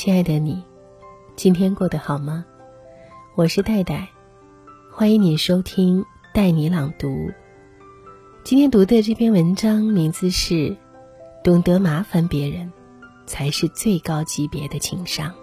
亲爱的你，今天过得好吗？我是戴戴，欢迎你收听带你朗读。今天读的这篇文章名字是懂得麻烦别人才是最高级别的情商。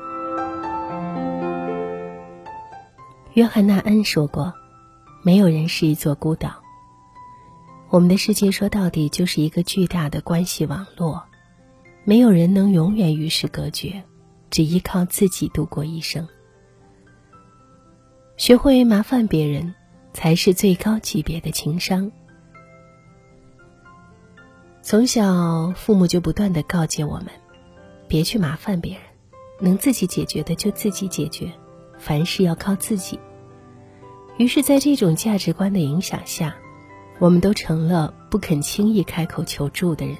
约翰纳恩说过，没有人是一座孤岛。我们的世界说到底就是一个巨大的关系网络，没有人能永远与世隔绝，只依靠自己度过一生。学会麻烦别人才是最高级别的情商。从小父母就不断地告诫我们，别去麻烦别人，能自己解决的就自己解决，凡事要靠自己。于是在这种价值观的影响下，我们都成了不肯轻易开口求助的人。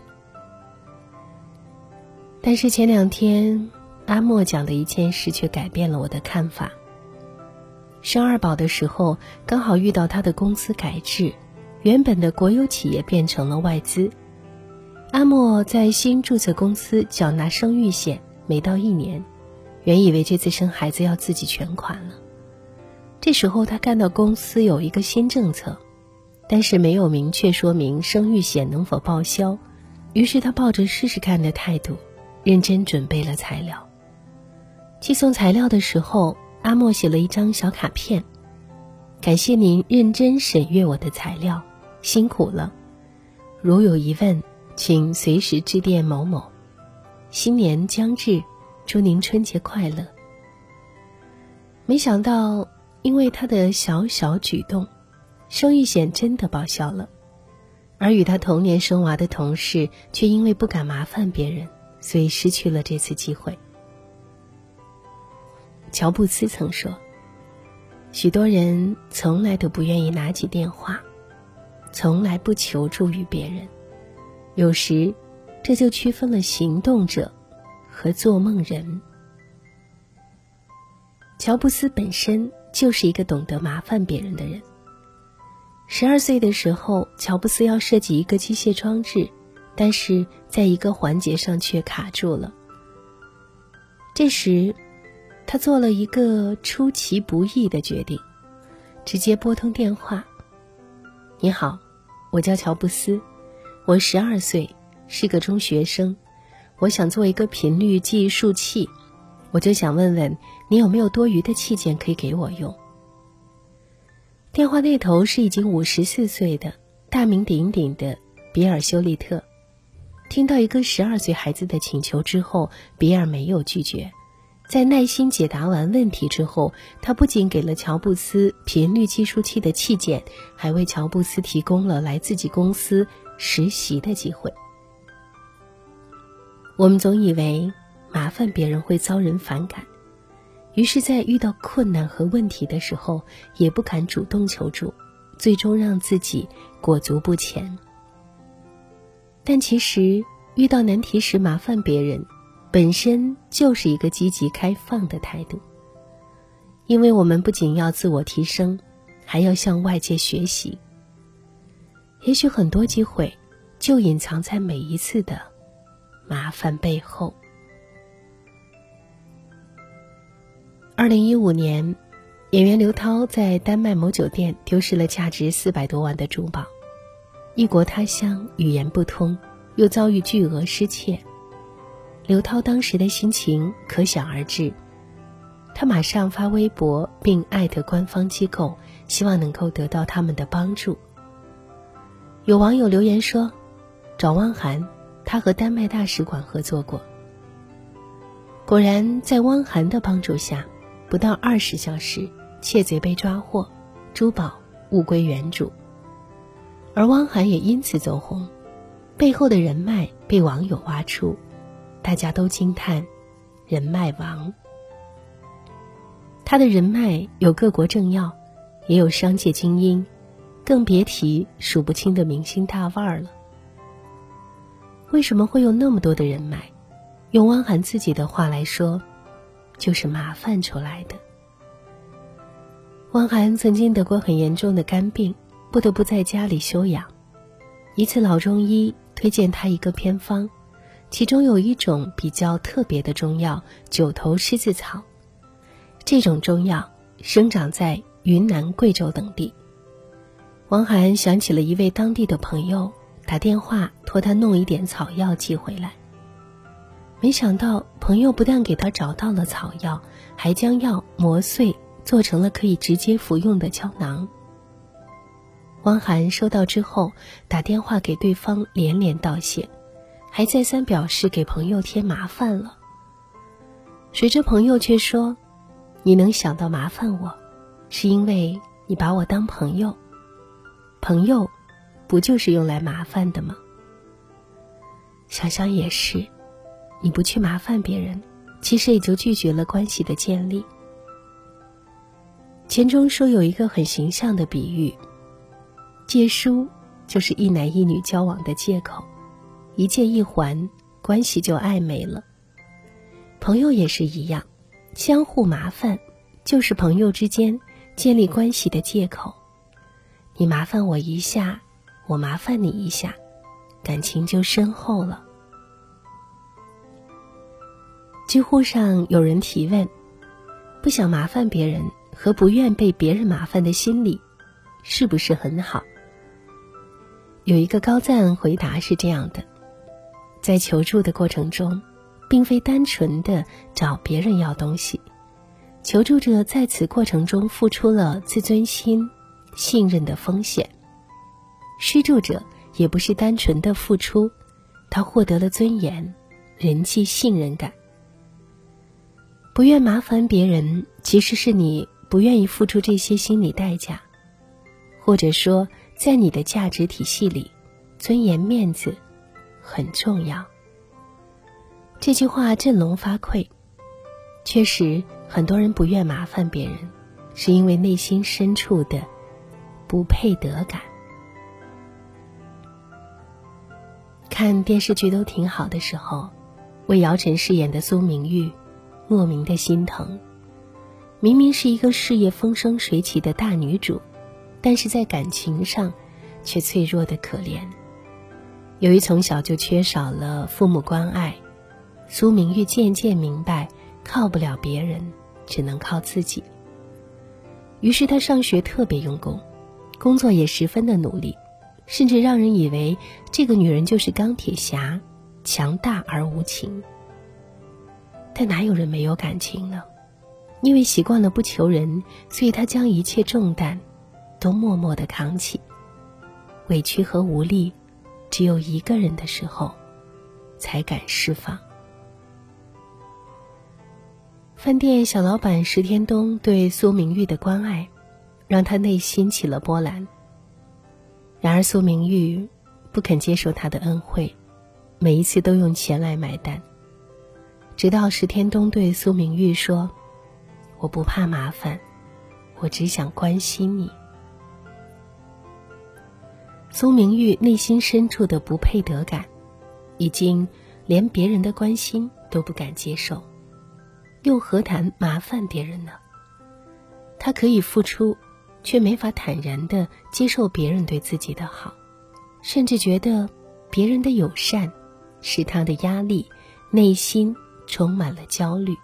但是前2天阿莫讲的一件事却改变了我的看法。生2宝的时候，刚好遇到他的公司改制，原本的国有企业变成了外资。阿莫在新注册公司缴纳生育险，没到1年，原以为这次生孩子要自己全款了。这时候他看到公司有一个新政策，但是没有明确说明生育险能否报销，于是他抱着试试看的态度，认真准备了材料。寄送材料的时候，阿莫写了一张小卡片，感谢您认真审阅我的材料，辛苦了，如有疑问请随时致电某某，新年将至，祝您春节快乐。没想到因为他的小小举动，生育险真的报销了，而与他同年生娃的同事却因为不敢麻烦别人，所以失去了这次机会。乔布斯曾说，许多人从来都不愿意拿起电话，从来不求助于别人，有时这就区分了行动者和做梦人。乔布斯本身就是一个懂得麻烦别人的人。12岁的时候，乔布斯要设计一个机械装置，但是在一个环节上却卡住了。这时他做了一个出其不意的决定，直接拨通电话。你好，我叫乔布斯，我12岁，是个中学生，我想做一个频率计数器，我就想问问你有没有多余的器件可以给我用。电话那头是已经54岁的大名鼎鼎的比尔·休利特。听到一个12岁孩子的请求之后，比尔没有拒绝，在耐心解答完问题之后，他不仅给了乔布斯频率计数器的器件，还为乔布斯提供了来自己公司实习的机会。我们总以为麻烦别人会遭人反感，于是在遇到困难和问题的时候也不敢主动求助，最终让自己裹足不前。但其实遇到难题时麻烦别人本身就是一个积极开放的态度，因为我们不仅要自我提升，还要向外界学习。也许很多机会就隐藏在每一次的麻烦背后。2015年，演员刘涛在丹麦某酒店丢失了价值400多万的珠宝。异国他乡，语言不通，又遭遇巨额失窃，刘涛当时的心情可想而知。他马上发微博并艾特官方机构，希望能够得到他们的帮助。有网友留言说，找汪涵，他和丹麦大使馆合作过。果然在汪涵的帮助下，不到20小时，窃贼被抓获，珠宝物归原主。而汪涵也因此走红，背后的人脉被网友挖出，大家都惊叹人脉王。他的人脉有各国政要，也有商界精英，更别提数不清的明星大腕了。为什么会有那么多的人脉？用汪涵自己的话来说，就是麻烦出来的。汪涵曾经得过很严重的肝病，不得不在家里休养。一次老中医推荐他一个偏方， 其中有一种比较特别的中药九头狮子草。这种中药生长在云南、贵州等地。王涵想起了一位当地的朋友，打电话托他弄一点草药寄回来。没想到朋友不但给他找到了草药，还将药磨碎，做成了可以直接服用的胶囊。汪涵收到之后，打电话给对方连连道谢，还再三表示给朋友添麻烦了。谁知朋友却说，你能想到麻烦我，是因为你把我当朋友，朋友不就是用来麻烦的吗？想想也是，你不去麻烦别人，其实也就拒绝了关系的建立。钱钟书有一个很形象的比喻，借书就是一男一女交往的借口，一借一还，关系就暧昧了。朋友也是一样，相互麻烦就是朋友之间建立关系的借口。你麻烦我一下，我麻烦你一下，感情就深厚了。知乎上有人提问，不想麻烦别人和不愿被别人麻烦的心理是不是很好？有一个高赞回答是这样的，在求助的过程中，并非单纯的找别人要东西，求助者在此过程中付出了自尊心、信任的风险。施助者也不是单纯的付出，他获得了尊严、人际信任感。不愿麻烦别人，其实是你不愿意付出这些心理代价，或者说在你的价值体系里，尊严面子很重要。这句话振聋发聩。确实，很多人不愿麻烦别人，是因为内心深处的不配得感。看电视剧都挺好的时候，为姚晨饰演的苏明玉莫名的心疼。明明是一个事业风生水起的大女主，但是在感情上却脆弱的可怜。由于从小就缺少了父母关爱，苏明玉渐渐明白靠不了别人，只能靠自己。于是她上学特别用功，工作也十分的努力，甚至让人以为这个女人就是钢铁侠，强大而无情。但哪有人没有感情呢？因为习惯了不求人，所以她将一切重担都默默地扛起。委屈和无力只有一个人的时候才敢释放。饭店小老板石天东对苏明玉的关爱让他内心起了波澜。然而苏明玉不肯接受他的恩惠，每一次都用钱来买单。直到石天东对苏明玉说，我不怕麻烦，我只想关心你。苏明玉内心深处的不配得感，已经连别人的关心都不敢接受，又何谈麻烦别人呢？他可以付出，却没法坦然地接受别人对自己的好，甚至觉得别人的友善是他的压力，内心充满了焦虑。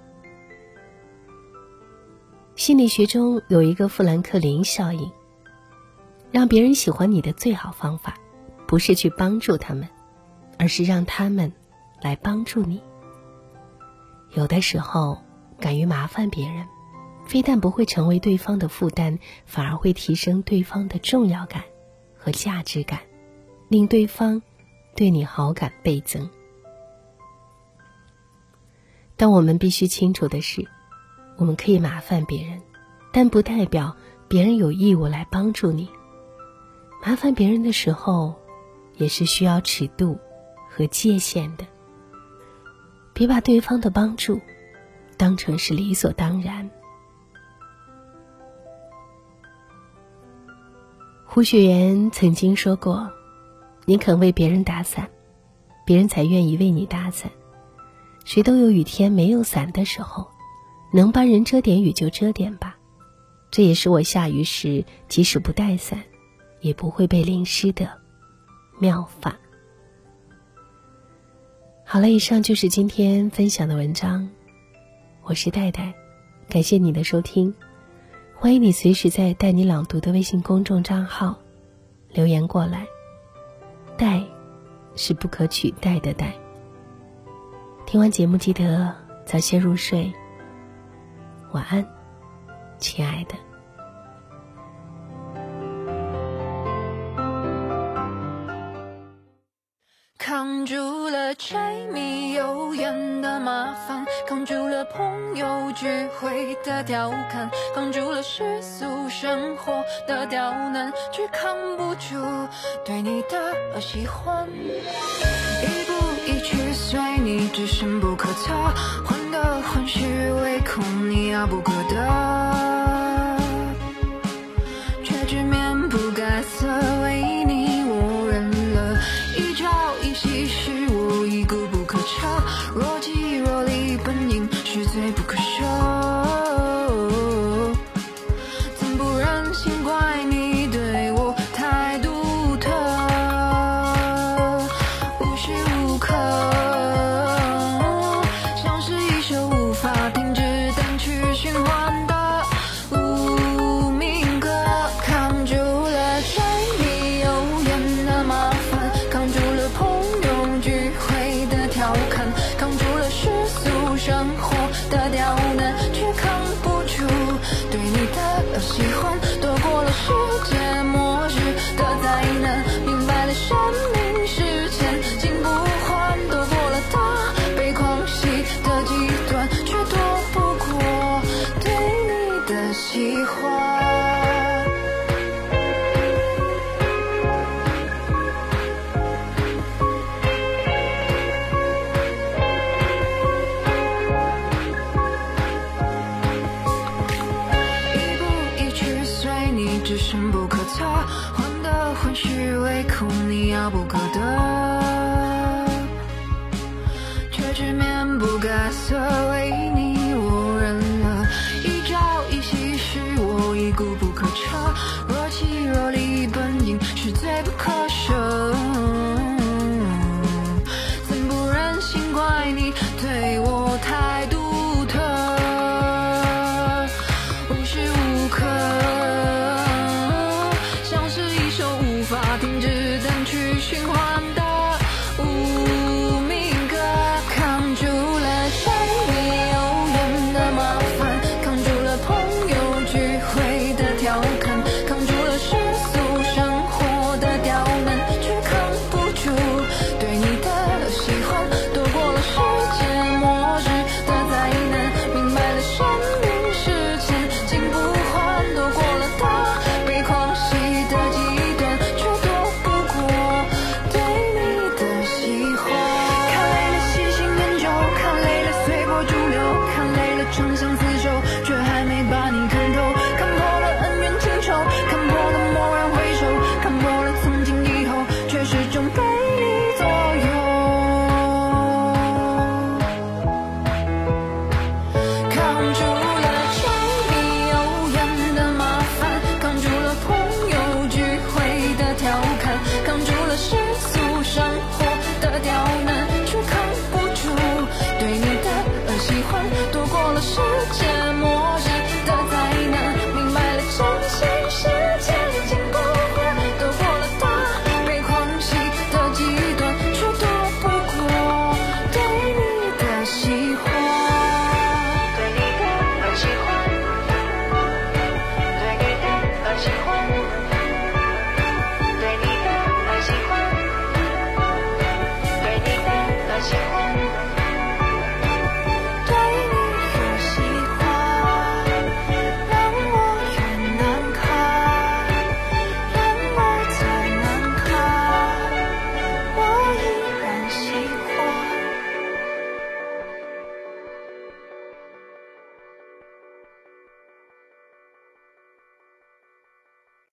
心理学中有一个富兰克林效应，让别人喜欢你的最好方法，不是去帮助他们，而是让他们来帮助你。有的时候，敢于麻烦别人，非但不会成为对方的负担，反而会提升对方的重要感和价值感，令对方对你好感倍增。但我们必须清楚的是，我们可以麻烦别人，但不代表别人有义务来帮助你。麻烦别人的时候，也是需要尺度和界限的。别把对方的帮助当成是理所当然。胡雪岩曾经说过，你肯为别人打伞，别人才愿意为你打伞。谁都有雨天没有伞的时候，能帮人遮点雨就遮点吧。这也是我下雨时即使不带伞也不会被淋湿的妙法。 好了，以上就是今天分享的文章，我是戴戴，感谢你的收听，欢迎你随时在带你朗读的微信公众账号留言过来，戴是不可取代的戴。听完节目记得早些入睡，晚安，亲爱的。 扛住了柴米油盐的麻烦，扛住了朋友聚会的调侃，扛住了世俗生活的刁难，却扛不住对你的喜欢。一步一趋随你，只深不可测，患得患失唯恐你遥不可得，却直面不改色，为你我认了，一朝一夕是我已固不可彻，若即若离本应是罪不可赦，怎不忍心怪你对我太独特，无时无刻像是一首无法停止单曲循环的无名歌，扛住了柴米油盐的麻烦，扛住了朋友聚会的调侃，扛住了世俗生活的刁难，却扛不住对你的喜欢，躲过了世界末日的灾难，明白了生命是千金不换，躲过了大悲狂喜的极端，却躲不过对你的喜欢。只深不可测，患得患失唯恐你遥不可得，却直面不改色，为你我认了，一朝一夕是我已固不可彻，若即若离本应是罪不可赦。